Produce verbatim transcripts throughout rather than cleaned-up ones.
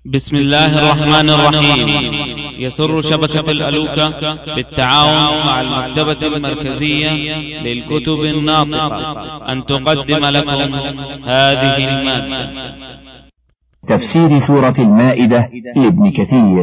بسم الله الرحمن الرحيم. يسر شبكة الألوكة بالتعاون مع المكتبة المركزية للكتب الناطقة أن تقدم لكم هذه المادة. تفسير سورة المائدة لابن كثير.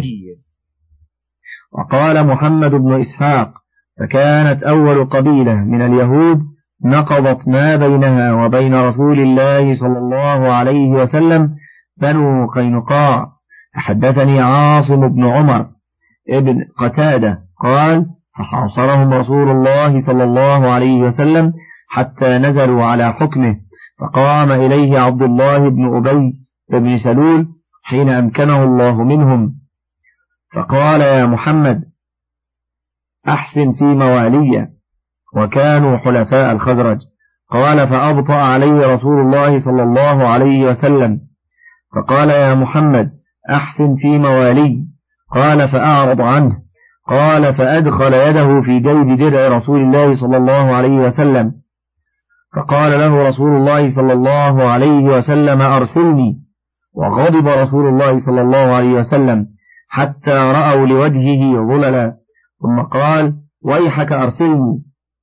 وقال محمد بن إسحاق: فكانت أول قبيلة من اليهود نقضت ما بينها وبين رسول الله صلى الله عليه وسلم بنو قينقاع. حدثني عاصم بن عمر ابن قتادة قال: فحاصرهم رسول الله صلى الله عليه وسلم حتى نزلوا على حكمه، فقام إليه عبد الله بن أبي بن سلول حين أمكنه الله منهم، فقال: يا محمد أحسن في موالي، وكانوا حلفاء الخزرج. قال: فأبطأ عليه رسول الله صلى الله عليه وسلم، فقال: يا محمد أحسن في موالي. قال: فأعرض عنه. قال: فأدخل يده في جيب درع رسول الله صلى الله عليه وسلم، فقال له رسول الله صلى الله عليه وسلم: أرسلني. وغضب رسول الله صلى الله عليه وسلم حتى رأوا لوجهه ظللا، ثم قال: ويحك أرسلني.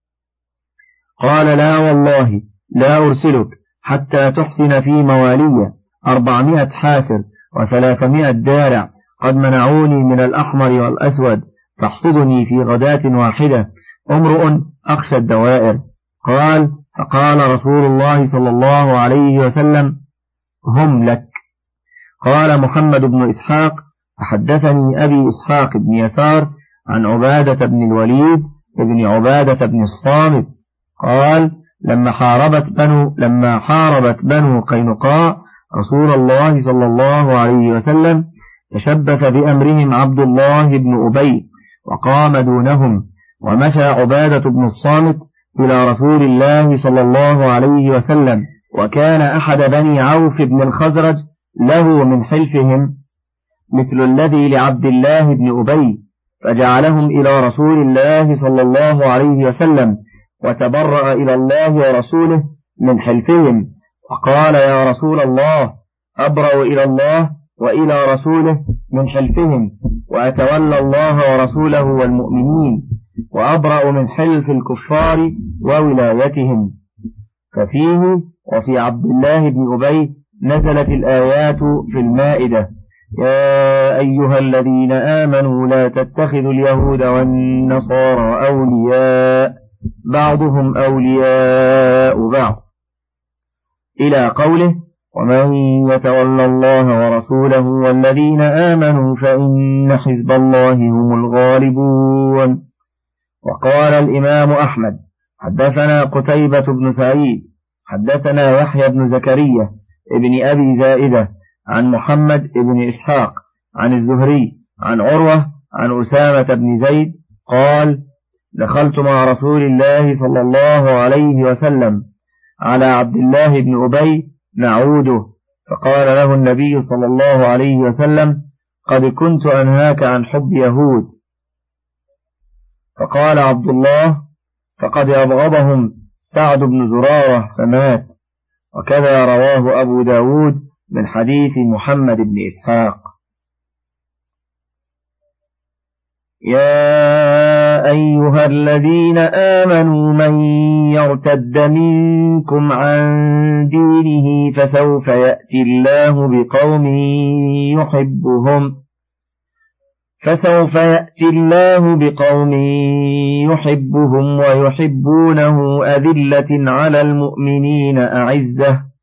قال: لا والله لا أرسلك حتى تحسن في موالي أربعمائة حاسر وثلاثمائة دارع قد منعوني من الأحمر والأسود، تحصدني في غداة واحدة، امرؤ أخشى الدوائر. قال: فقال رسول الله صلى الله عليه وسلم: هم لك. قال محمد بن إسحاق: فحدثني أبي إسحاق بن يسار عن عبادة بن الوليد ابن عبادة بن الصامت قال: لما حاربت بنو لما حاربت بنو قينقاع رسول الله صلى الله عليه وسلم، تشبث بأمرهم عبد الله بن أبي وقام دونهم، ومشى عبادة بن الصامت إلى رسول الله صلى الله عليه وسلم، وكان أحد بني عوف بن الخزرج له من حلفهم مثل الذي لعبد الله بن أبي، فجعلهم إلى رسول الله صلى الله عليه وسلم، وتبرأ إلى الله ورسوله من حلفهم، وقال: يا رسول الله، أبرأ إلى الله وإلى رسوله من حلفهم، وأتولى الله ورسوله والمؤمنين، وأبرأ من حلف الكفار وولايتهم. ففيه وفي عبد الله بن أبي نزلت الآيات في المائدة: يا أيها الذين آمنوا لا تتخذوا اليهود والنصارى أولياء بعضهم أولياء بعض، إلى قوله: ومن يتولى الله ورسوله والذين آمنوا فإن حزب الله هم الغالبون. وقال الإمام أحمد: حدثنا قتيبة بن سعيد حدثنا يحيى بن زكريا ابن أبي زائدة عن محمد بن إسحاق عن الزهري عن عروة عن أسامة بن زيد قال: دخلت مع رسول الله صلى الله عليه وسلم على عبد الله بن أبي نعوده، فقال له النبي صلى الله عليه وسلم: قد كنت أنهاك عن حب يهود. فقال عبد الله: فقد أبغضهم سعد بن زرارة فمات. وكذا رواه أبو داود من حديث محمد بن إسحاق. يا أيها الذين آمنوا من يرتد منكم عن دينه فسوف يأتي الله بقوم يحبهم فسوف يأتي الله بقوم يحبهم ويحبونه أذلة على المؤمنين أعزة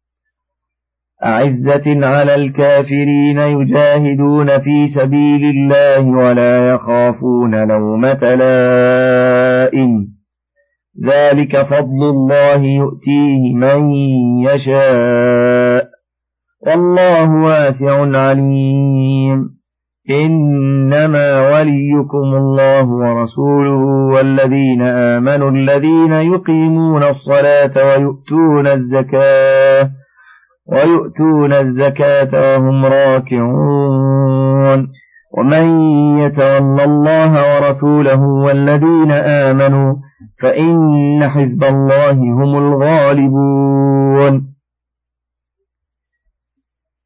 أعزة على الكافرين يجاهدون في سبيل الله ولا يخافون لومة لائم، ذلك فضل الله يؤتيه من يشاء والله واسع عليم. إنما وليكم الله ورسوله والذين آمنوا الذين يقيمون الصلاة ويؤتون الزكاة ويؤتون الزكاة وهم راكعون. ومن يتولى الله ورسوله والذين آمنوا فإن حزب الله هم الغالبون.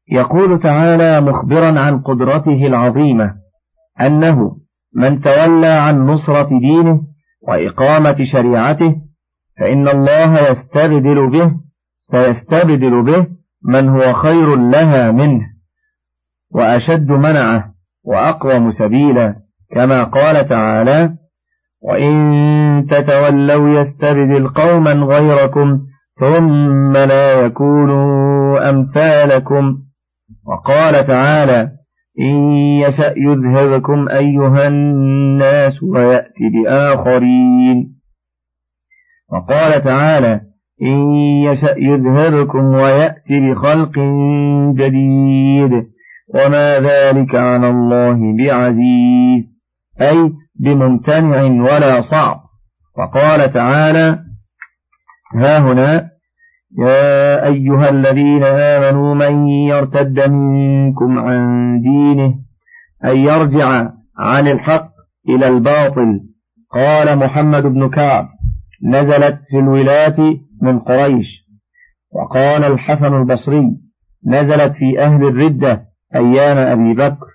يقول تعالى مخبرا عن قدرته العظيمة أنه من تولى عن نصرة دينه وإقامة شريعته فإن الله يستبدل به سيستبدل به من هو خير لها منه وأشد منعه وأقوم سبيلا، كما قال تعالى وإن تتولوا يستبدل قوما غيركم ثم لا يكونوا أمثالكم. وقال تعالى إن يشأ يذهبكم أيها الناس ويأتي بآخرين. وقال تعالى إن يشأ يذهبكم ويأتي بخلق جديد وما ذلك على الله بعزيز، أي بممتنع ولا صعب. وقال تعالى ها هنا يا أيها الذين آمنوا من يرتد منكم عن دينه أن يرجع عن الحق إلى الباطل. قال محمد بن كعب نزلت في الولاة من قريش. وقال الحسن البصري نزلت في أهل الردة أيام أبي بكر.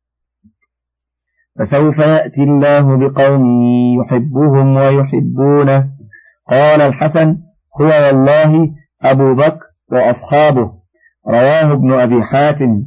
فسوف يأتي الله بقوم يحبهم ويحبونه. قال الحسن هو والله أبو بكر وأصحابه، رواه ابن أبي حاتم.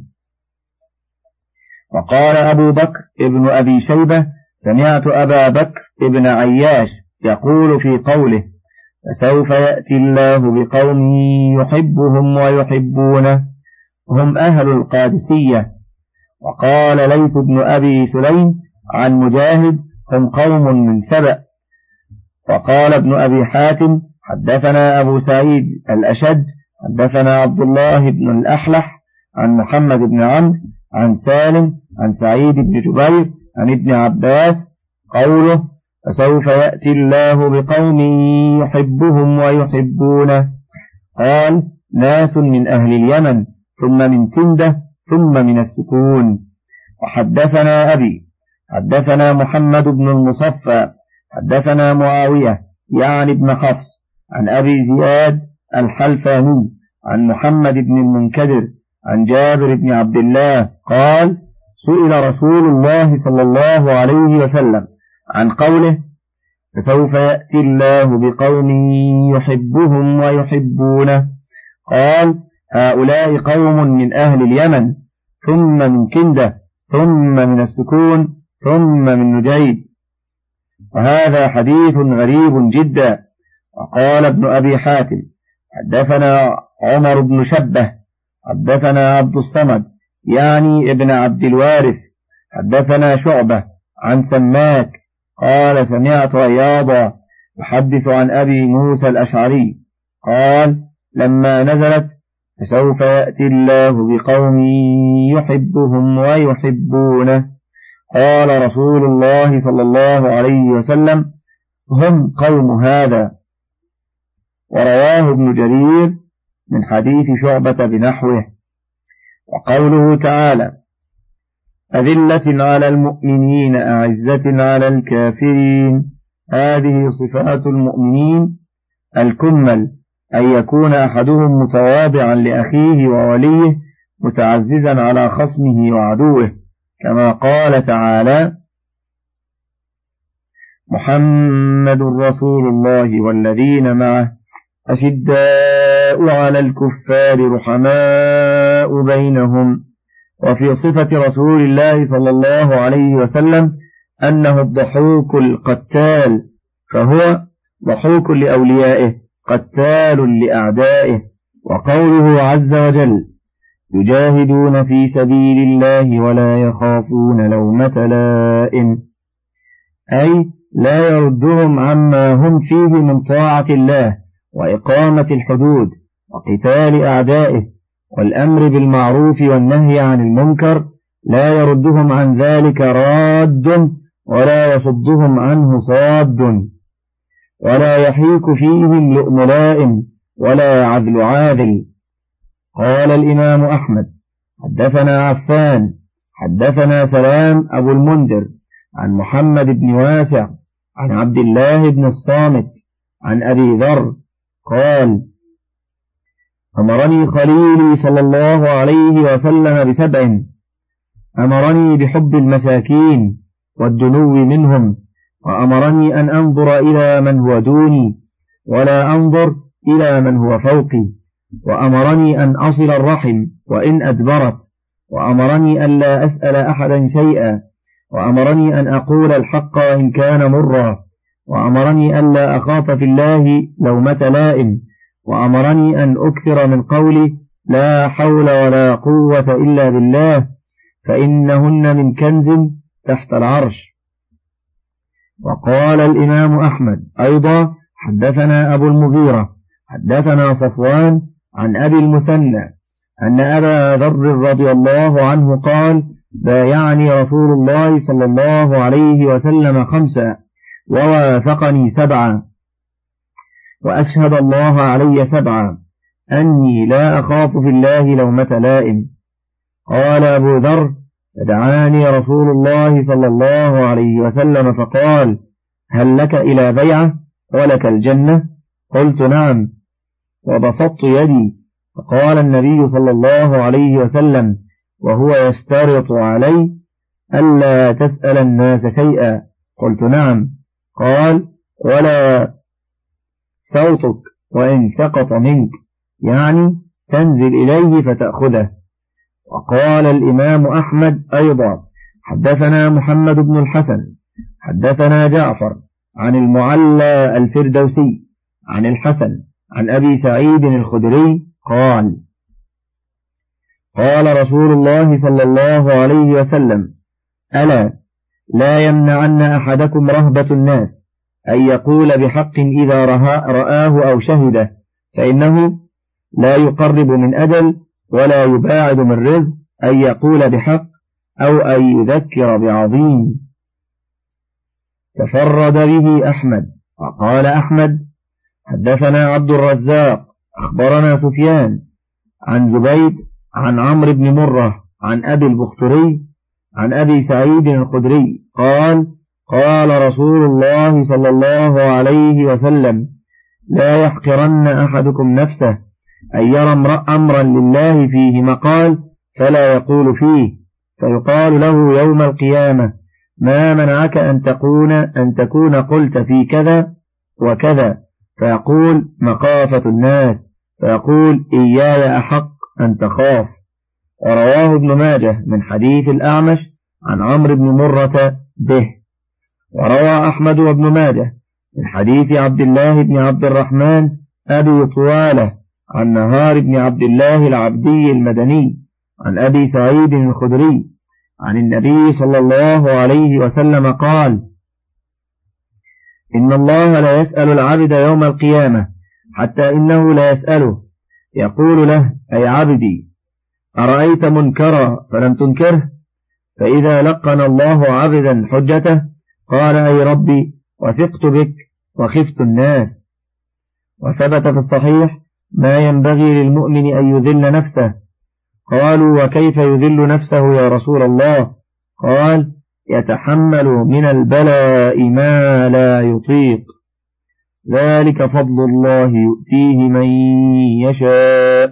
وقال أبو بكر ابن أبي شيبة سمعت أبا بكر ابن عياش يقول في قوله فسوف يأتي الله بقوم يحبهم ويحبونه هم أهل القادسية. وقال ليث بن أبي سليم عن مجاهد هم قوم من سبأ. وقال ابن أبي حاتم حدثنا أبو سعيد الأشج حدثنا عبد الله بن الأحلح عن محمد بن عمرو عن سالم عن سعيد بن جبير عن ابن عباس قوله فسوف يأتي الله بقوم يحبهم ويحبونه. قال ناس من أهل اليمن ثم من كندة ثم من السكون. وحدثنا أبي حدثنا محمد بن المصفى حدثنا معاوية يعني ابن حفص عن أبي زياد الحلفاني عن محمد بن المنكدر عن جابر بن عبد الله قال سئل رسول الله صلى الله عليه وسلم عن قوله فسوف يأتي الله بقوم يحبهم ويحبونه. قال هؤلاء قوم من أهل اليمن ثم من كندة ثم من السكون ثم من نجيد. وهذا حديث غريب جدا. وقال ابن أبي حاتم حدثنا عمر بن شبه حدثنا عبد الصمد يعني ابن عبد الوارث حدثنا شعبة عن سماك قال سمعت عياضا يحدث عن أبي موسى الأشعري قال لما نزلت فسوف يأتي الله بقوم يحبهم ويحبونه قال رسول الله صلى الله عليه وسلم هم قوم هذا. ورواه ابن جرير من حديث شعبة بنحوه. وقوله تعالى أذلة على المؤمنين أعزة على الكافرين هذه صفات المؤمنين الكمل أن يكون أحدهم متواضعا لأخيه ووليه متعززا على خصمه وعدوه كما قال تعالى محمد رسول الله والذين معه أشداء على الكفار رحماء بينهم. وفي صفة رسول الله صلى الله عليه وسلم أنه الضحوك القتال فهو ضحوك لأوليائه قتال لأعدائه. وقوله عز وجل يجاهدون في سبيل الله ولا يخافون لومة لائم أي لا يردهم عما هم فيه من طاعة الله وإقامة الحدود وقتال أعدائه والأمر بالمعروف والنهي عن المنكر لا يردهم عن ذلك راد ولا يصدهم عنه صاد ولا يحيك فيهم لؤم لائم ولا عدل عادل. قال الإمام أحمد حدثنا عفان حدثنا سلام أبو المنذر عن محمد بن واسع عن عبد الله بن الصامت عن أبي ذر قال أمرني خليلي صلى الله عليه وسلم بسبع: أمرني بحب المساكين والدنو منهم، وأمرني أن أنظر إلى من هو دوني ولا أنظر إلى من هو فوقي، وأمرني أن أصل الرحم وإن أدبرت، وأمرني أن لا أسأل أحدا شيئا، وأمرني أن أقول الحق إن كان مرا، وأمرني أن لا أخاف في الله لومة لائم، وأمرني أن أكثر من قولي لا حول ولا قوة إلا بالله، فإنهن من كنز تحت العرش. وقال الإمام أحمد أيضا: حدثنا أبو المغيرة حدثنا صفوان عن أبي المثنى أن أبا ذر رضي الله عنه قال: بايعني رسول الله صلى الله عليه وسلم خمسا ووافقني سبعا، وأشهد الله علي سبعا، أني لا أخاف في الله لومة لائم. قال أبو ذر: فدعاني رسول الله صلى الله عليه وسلم فقال: هل لك إلى بيعة ولك الجنة؟ قلت: نعم. وبسطت يدي، فقال النبي صلى الله عليه وسلم وهو يشترط علي: ألا تسأل الناس شيئا. قلت: نعم. قال: ولا صوتك وإن سقط منك، يعني تنزل إليه فتأخذه. وقال الإمام أحمد أيضا: حدثنا محمد بن الحسن حدثنا جعفر عن المعلى الفردوسي عن الحسن عن أبي سعيد الخدري قال: قال رسول الله صلى الله عليه وسلم: ألا لا يمنعن أحدكم رهبة الناس أن يقول بحق إذا رآه أو شهده، فإنه لا يقرب من أجل ولا يباعد من رزق أن يقول بحق أو أن يذكر بعظيم. تفرد به أحمد. وقال أحمد: حدثنا عبد الرزاق أخبرنا سفيان عن زبيد عن عمرو بن مرة عن أبي البختري عن أبي سعيد الخدري قال: قال رسول الله صلى الله عليه وسلم: لا يحقرن أحدكم نفسه أن يرى أمرا لله فيه مقال فلا يقول فيه، فيقال له يوم القيامة: ما منعك أن تكون أن تكون قلت في كذا وكذا؟ فيقول: مخافة الناس، فيقول: إياي أحق أن تخاف. ورواه ابن ماجه من حديث الأعمش عن عمرو بن مرة به. وروى أحمد وابن ماجه من حديث عبد الله بن عبد الرحمن أبي طوالة عن نهار بن عبد الله العبدي المدني عن أبي سعيد الخدري عن النبي صلى الله عليه وسلم قال: إن الله لا يسأل العبد يوم القيامة حتى إنه لا يسأله، يقول له: أي عبدي، أرأيت منكرا فلم تنكره؟ فإذا لقن الله عبدا حجته قال: أي ربي، وثقت بك وخفت الناس. وثبت في الصحيح: ما ينبغي للمؤمن أن يذل نفسه. قالوا: وكيف يذل نفسه يا رسول الله؟ قال: يتحمل من البلاء ما لا يطيق، ذلك فضل الله يؤتيه من يشاء.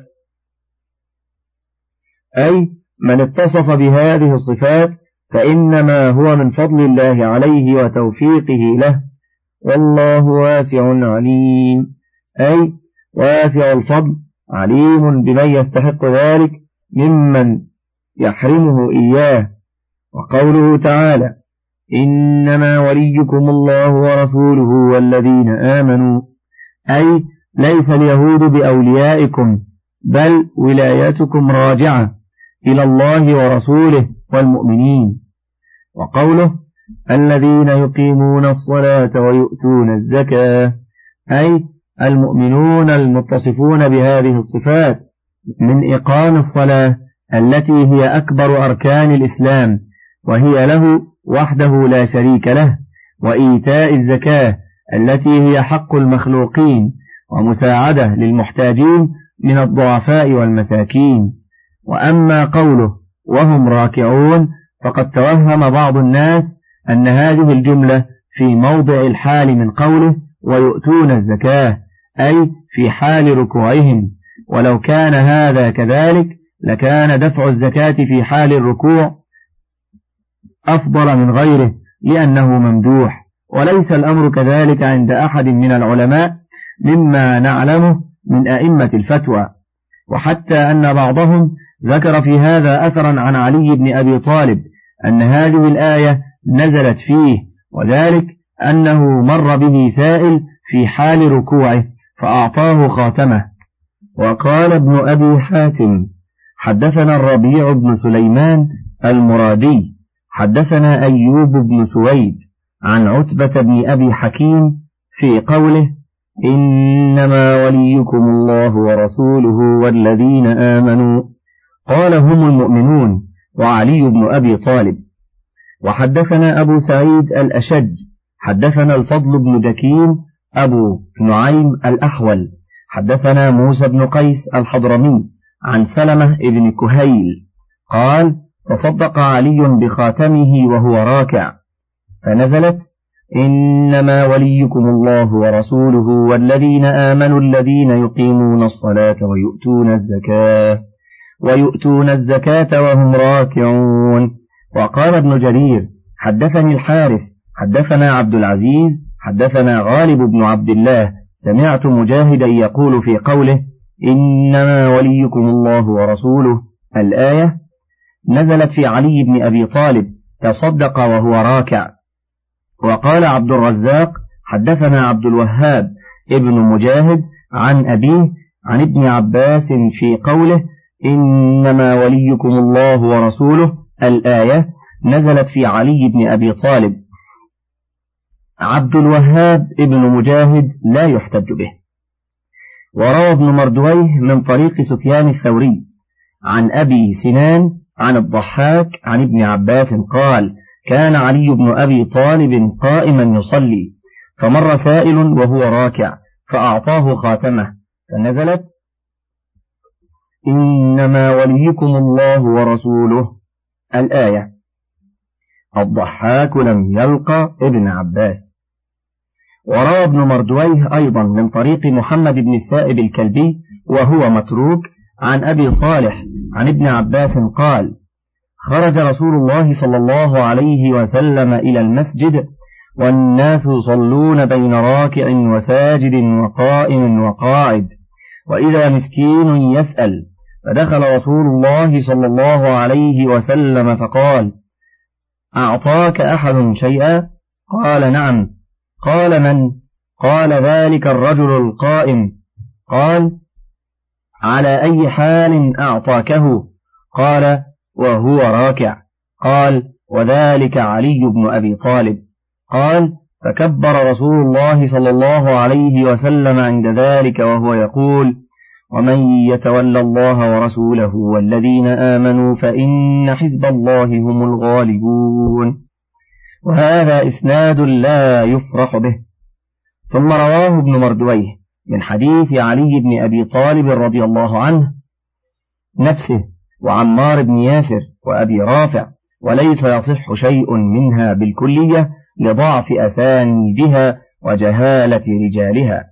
أي من اتصف بهذه الصفات فإنما هو من فضل الله عليه وتوفيقه له، والله واسع عليم، أي واسع الفضل عليم بمن يستحق ذلك ممن يحرمه إياه. وقوله تعالى: إنما وليكم الله ورسوله والذين آمنوا، أي ليس اليهود بأوليائكم، بل ولايتكم راجعة إلى الله ورسوله والمؤمنين. وقوله: الذين يقيمون الصلاة ويؤتون الزكاة، أي المؤمنون المتصفون بهذه الصفات من إقام الصلاة التي هي أكبر أركان الإسلام وهي له وحده لا شريك له، وإيتاء الزكاة التي هي حق المخلوقين ومساعدة للمحتاجين من الضعفاء والمساكين. وأما قوله وهم راكعون فقد توهم بعض الناس أن هذه الجملة في موضع الحال من قوله ويؤتون الزكاة، أي في حال ركوعهم، ولو كان هذا كذلك لكان دفع الزكاة في حال الركوع أفضل من غيره لأنه ممدوح، وليس الأمر كذلك عند أحد من العلماء مما نعلمه من أئمة الفتوى، وحتى أن بعضهم ذكر في هذا أثرا عن علي بن أبي طالب أن هذه الآية نزلت فيه، وذلك أنه مر به سائل في حال ركوعه فأعطاه خاتمه. وقال ابن أبي حاتم حدثنا الربيع بن سليمان المرادي حدثنا أيوب بن سويد عن عتبة بن أبي حكيم في قوله إنما وليكم الله ورسوله والذين آمنوا، قال هم المؤمنون وعلي بن أبي طالب. وحدثنا أبو سعيد الأشج حدثنا الفضل بن دكين أبو نعيم الأحول حدثنا موسى بن قيس الحضرمي عن سلمة بن كهيل قال تصدق علي بخاتمه وهو راكع، فنزلت إنما وليكم الله ورسوله والذين آمنوا الذين يقيمون الصلاة ويؤتون الزكاة ويؤتون الزكاة وهم راكعون. وقال ابن جرير حدثني الحارث حدثنا عبد العزيز حدثنا غالب بن عبد الله سمعت مجاهدا يقول في قوله إنما وليكم الله ورسوله الآية نزلت في علي بن أبي طالب تصدق وهو راكع. وقال عبد الرزاق حدثنا عبد الوهاب ابن مجاهد عن أبيه عن ابن عباس في قوله إنما وليكم الله ورسوله الآية نزلت في علي بن أبي طالب. عبد الوهاب ابن مجاهد لا يحتج به. وروى ابن مردويه من طريق سفيان الثوري عن أبي سنان عن الضحاك عن ابن عباس قال كان علي بن أبي طالب قائما يصلي فمر سائل وهو راكع فأعطاه خاتمه فنزلت إنما وليكم الله ورسوله الآية. الضحاك لم يلقى ابن عباس. وروى ابن مردويه أيضا من طريق محمد بن السائب الكلبي وهو متروك عن أبي صالح عن ابن عباس قال خرج رسول الله صلى الله عليه وسلم إلى المسجد والناس يصلون بين راكع وساجد وقائم وقاعد، وإذا مسكين يسأل، فدخل رسول الله صلى الله عليه وسلم فقال أعطاك أحد شيئا؟ قال نعم. قال من؟ قال ذلك الرجل القائم. قال على أي حال أعطاكه؟ قال وهو راكع. قال وذلك علي بن أبي طالب. قال فكبر رسول الله صلى الله عليه وسلم عند ذلك وهو يقول ومن يتولى الله ورسوله والذين آمنوا فإن حزب الله هم الغالبون. وهذا إسناد لا يفرح به. ثم رواه ابن مردويه من حديث علي بن أبي طالب رضي الله عنه نفسه وعمار بن ياسر وأبي رافع، وليس يصح شيء منها بالكلية لضعف أسانيدها وجهالة رجالها.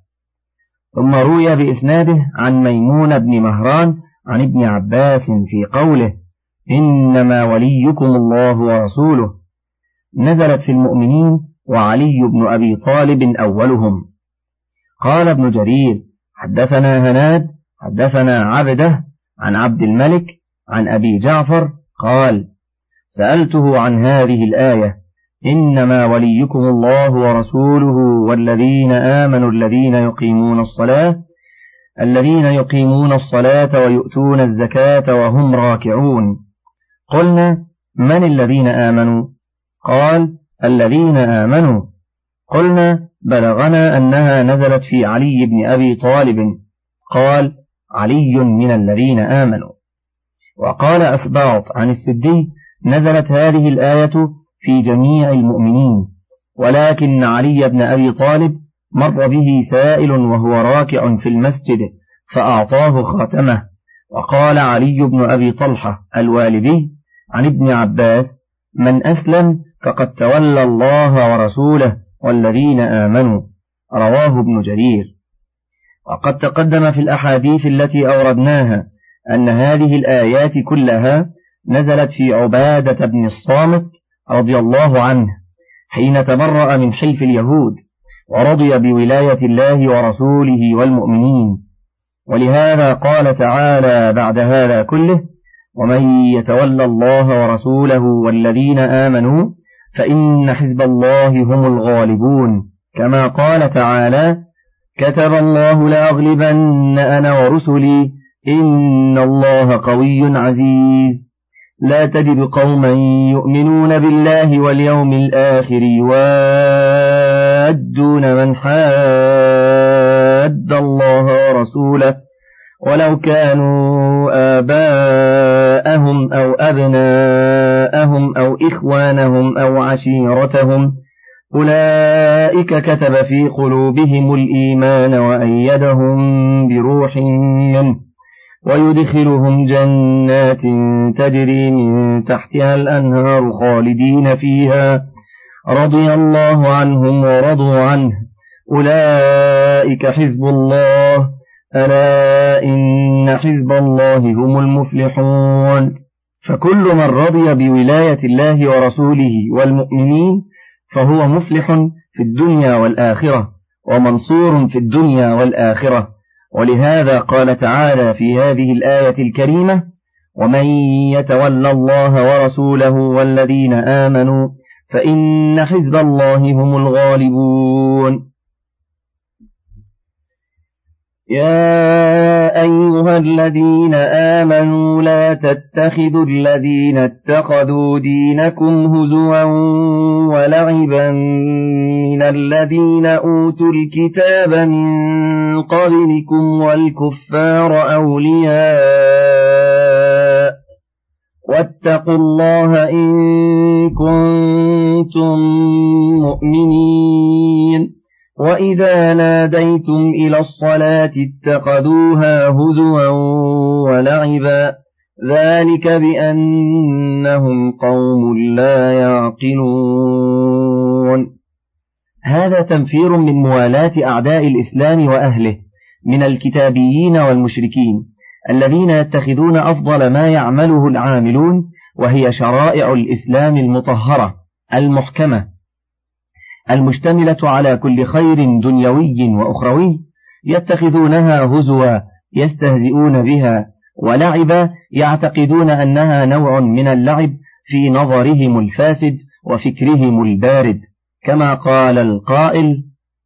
ثم روي بإسناده عن ميمون بن مهران عن ابن عباس في قوله إنما وليكم الله ورسوله نزلت في المؤمنين وعلي بن أبي طالب أولهم. قال ابن جرير حدثنا هناد حدثنا عبده عن عبد الملك عن أبي جعفر قال سألته عن هذه الآية إنما وليكم الله ورسوله والذين آمنوا الذين يقيمون الصلاة الذين يقيمون الصلاة ويؤتون الزكاة وهم راكعون. قلنا من الذين آمنوا؟ قال الذين آمنوا. قلنا بلغنا أنها نزلت في علي بن أبي طالب. قال علي من الذين آمنوا. وقال أسباط عن السدي نزلت هذه الآية في جميع المؤمنين، ولكن علي بن أبي طالب مر به سائل وهو راكع في المسجد فأعطاه خاتمه. وقال علي بن أبي طلحة الوالدي عن ابن عباس من أسلم فقد تولى الله ورسوله والذين آمنوا. رواه ابن جرير. وقد تقدم في الأحاديث التي أوردناها أن هذه الآيات كلها نزلت في عبادة بن الصامت رضي الله عنه حين تبرأ من حلف اليهود ورضي بولاية الله ورسوله والمؤمنين. ولهذا قال تعالى بعد هذا كله: ومن يتولى الله ورسوله والذين آمنوا فإن حزب الله هم الغالبون، كما قال تعالى: كتب الله لأغلبن أنا ورسلي إن الله قوي عزيز. لا تجد قوما يؤمنون بالله واليوم الآخر يوادون من حاد الله ورسوله ولو كانوا آباءهم أو أبناءهم أو إخوانهم أو عشيرتهم أولئك كتب في قلوبهم الإيمان وأيدهم بروح منه ويدخلهم جنات تجري من تحتها الأنهار خالدين فيها رضي الله عنهم ورضوا عنه أولئك حزب الله ألا إن حزب الله هم المفلحون. فكل من رضي بولاية الله ورسوله والمؤمنين فهو مفلح في الدنيا والآخرة ومنصور في الدنيا والآخرة. ولهذا قال تعالى في هذه الآية الكريمة: ومن يتولى الله ورسوله والذين آمنوا فإن حزب الله هم الغالبون. يا أيها الذين آمنوا لا تتخذوا الذين اتخذوا دينكم هزوا ولعبا من الذين أوتوا الكتاب من قبلكم والكفار أولياء واتقوا الله إن كنتم مؤمنين. وإذا ناديتم إلى الصلاة اتخذوها هزوا ولعبا ذلك بأنهم قوم لا يعقلون. هذا تنفير من موالاة أعداء الإسلام وأهله من الكتابيين والمشركين الذين يتخذون أفضل ما يعمله العاملون وهي شرائع الإسلام المطهرة المحكمة المشتملة على كل خير دنيوي وأخروي يتخذونها هزوا يستهزئون بها، ولعبا يعتقدون أنها نوع من اللعب في نظرهم الفاسد وفكرهم البارد، كما قال القائل: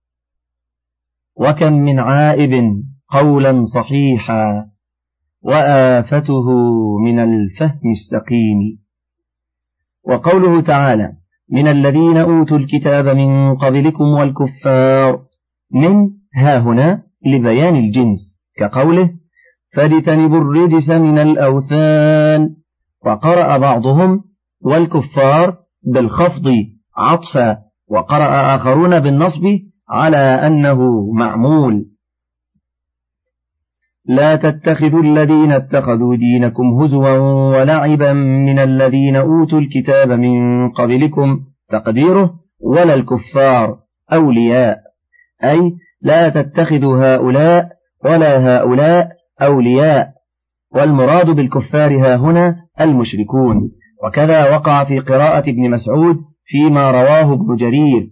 وكم من عائب قولا صحيحا وآفته من الفهم السقيم. وقوله تعالى: من الذين أوتوا الكتاب من قبلكم والكفار، من ها هنا لبيان الجنس، كقوله: فاجتنبوا الرجس من الأوثان. وقرأ بعضهم والكفار بالخفض عطفا، وقرأ آخرون بالنصب على أنه معمول. لا تتخذوا الذين اتخذوا دينكم هزوا ولعبا من الذين أوتوا الكتاب من قبلكم، تقديره: ولا الكفار أولياء، أي لا تتخذوا هؤلاء ولا هؤلاء أولياء، والمراد بالكفار ها هنا المشركون. وكذا وقع في قراءة ابن مسعود فيما رواه ابن جرير: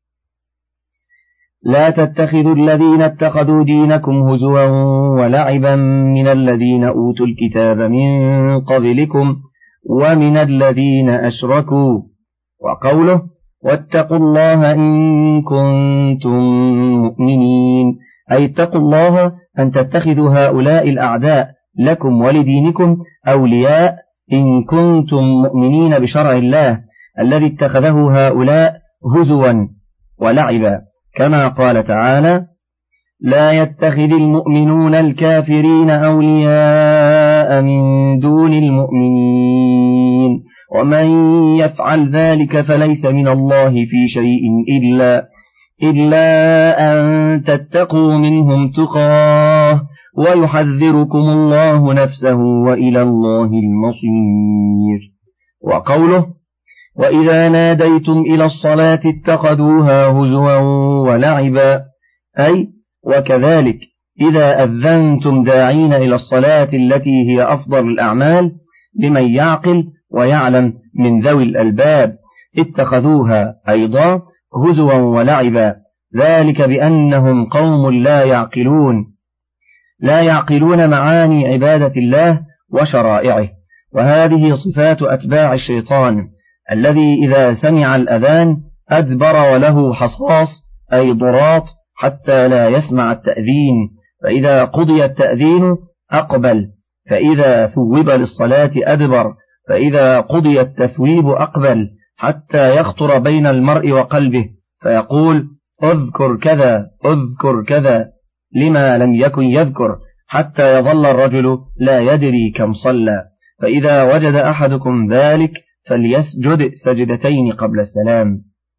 لا تتخذوا الذين اتخذوا دينكم هزوا ولعبا من الذين أوتوا الكتاب من قبلكم ومن الذين أشركوا. وقوله: واتقوا الله إن كنتم مؤمنين، أي اتقوا الله أن تتخذوا هؤلاء الأعداء لكم ولدينكم أولياء إن كنتم مؤمنين بشرع الله الذي اتخذه هؤلاء هزوا ولعبا، كما قال تعالى: لا يتخذ المؤمنون الكافرين أولياء من دون المؤمنين ومن يفعل ذلك فليس من الله في شيء إلا, إلا أن تتقوا منهم تقاه ويحذركم الله نفسه وإلى الله المصير. وقوله: وإذا ناديتم إلى الصلاة اتخذوها هزوا ولعبا، أي وكذلك إذا أذنتم داعين إلى الصلاة التي هي أفضل الأعمال لمن يعقل ويعلم من ذوي الألباب اتخذوها أيضا هزوا ولعبا، ذلك بأنهم قوم لا يعقلون لا يعقلون معاني عبادة الله وشرائعه. وهذه صفات أتباع الشيطان الذي إذا سمع الأذان أدبر وله حصاص أي ضراط حتى لا يسمع التأذين، فإذا قضي التأذين أقبل، فإذا ثوب للصلاة أدبر، فإذا قضي التثويب أقبل حتى يخطر بين المرء وقلبه فيقول أذكر كذا أذكر كذا لما لم يكن يذكر، حتى يظل الرجل لا يدري كم صلى. فإذا وجد أحدكم ذلك فليسجد سجدتين قبل السلام.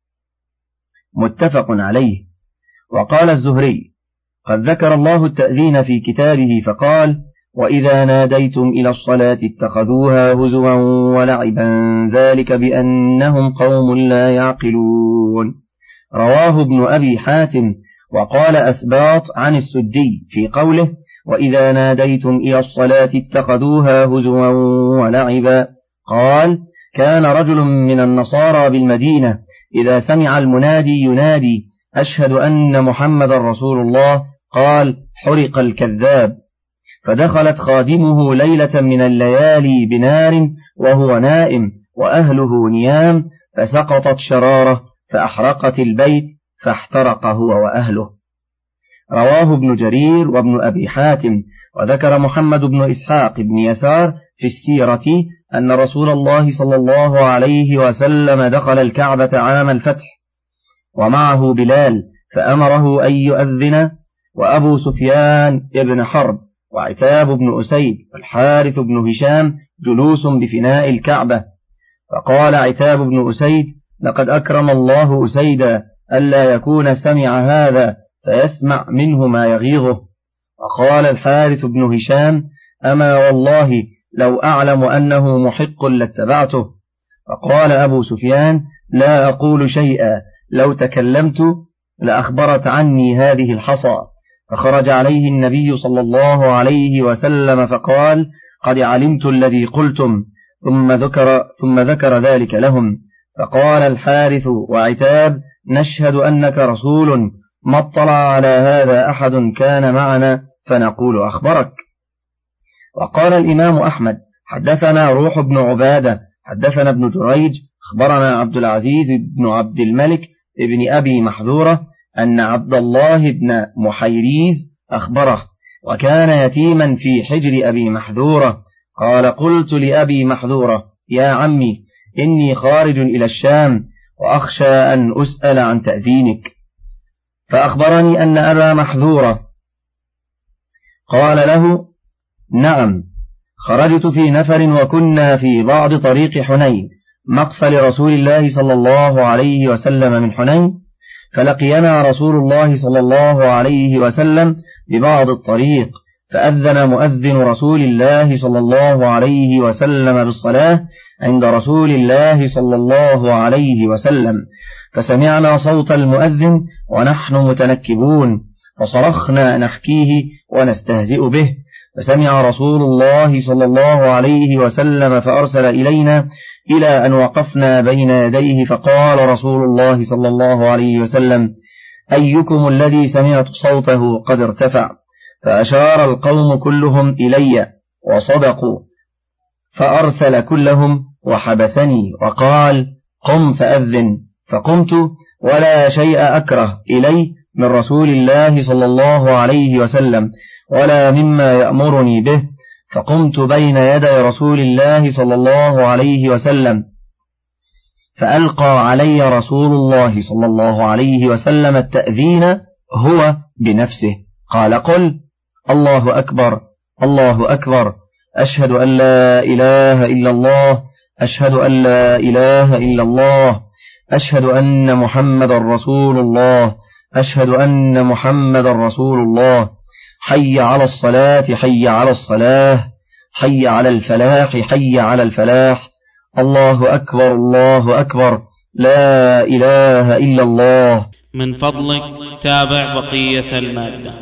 متفق عليه. وقال الزهري قد ذكر الله التأذين في كتابه فقال وإذا ناديتم إلى الصلاة اتخذوها هزوا ولعبا ذلك بأنهم قوم لا يعقلون. رواه ابن أبي حاتم. وقال أسباط عن السدي في قوله وإذا ناديتم إلى الصلاة اتخذوها هزوا ولعبا قال كان رجل من النصارى بالمدينة إذا سمع المنادي ينادي أشهد أن محمد رسول الله قال حرق الكذاب، فدخلت خادمه ليلة من الليالي بنار وهو نائم وأهله نيام، فسقطت شرارة فأحرقت البيت فاحترق هو وأهله. رواه ابن جرير وابن أبي حاتم. وذكر محمد بن إسحاق بن يسار في السيرة أن رسول الله صلى الله عليه وسلم دخل الكعبة عام الفتح ومعه بلال فأمره أن يؤذن، وأبو سفيان ابن حرب وعتاب بن أسيد والحارث بن هشام جلوس بفناء الكعبة، فقال عتاب بن أسيد لقد أكرم الله أسيدا ألا يكون سمع هذا فيسمع منه ما يغيظه. وقال الحارث بن هشام أما والله لو أعلم أنه محق لاتبعته. فقال أبو سفيان لا أقول شيئا، لو تكلمت لأخبرت عني هذه الحصى. فخرج عليه النبي صلى الله عليه وسلم فقال قد علمت الذي قلتم، ثم ذكر, ثم ذكر ذلك لهم. فقال الحارث وعتاب نشهد أنك رسول، ما اطلع على هذا أحد كان معنا فنقول أخبرك. وقال الإمام أحمد حدثنا روح بن عبادة حدثنا ابن جريج أخبرنا عبد العزيز بن عبد الملك ابن أبي محذورة أن عبد الله بن محيريز أخبره، وكان يتيما في حجر أبي محذورة. قال قلت لأبي محذورة يا عمي إني خارج إلى الشام وأخشى أن أسأل عن تأذينك، فأخبرني أن أبا محذورة قال له نعم خرجت في نفر وكنا في بعض طريق حنين مقفل رسول الله صلى الله عليه وسلم من حنين، فلقينا رسول الله صلى الله عليه وسلم ببعض الطريق، فأذن مؤذن رسول الله صلى الله عليه وسلم بالصلاة عند رسول الله صلى الله عليه وسلم، فسمعنا صوت المؤذن ونحن متنكبون فصرخنا نحكيه ونستهزئ به، فسمع رسول الله صلى الله عليه وسلم فأرسل إلينا إلى أن وقفنا بين يديه، فقال رسول الله صلى الله عليه وسلم أيكم الذي سمعت صوته قد ارتفع؟ فأشار القوم كلهم إلي وصدقوا، فأرسل كلهم وحبسني وقال قم فأذن، فقمت ولا شيء أكره إلي من رسول الله صلى الله عليه وسلم ولا مما يأمرني به، فقمت بين يدي رسول الله صلى الله عليه وسلم، فألقى علي رسول الله صلى الله عليه وسلم التأذين هو بنفسه، قال قل الله أكبر الله أكبر، أشهد أن لا إله إلا الله، أشهد أن لا إله إلا الله، أشهد أن محمد رسول الله، أشهد أن محمد رسول الله، حي على الصلاة حي على الصلاة، حي على الفلاح حي على الفلاح، الله أكبر الله أكبر، لا إله إلا الله. من فضلك تابع بقية المادة.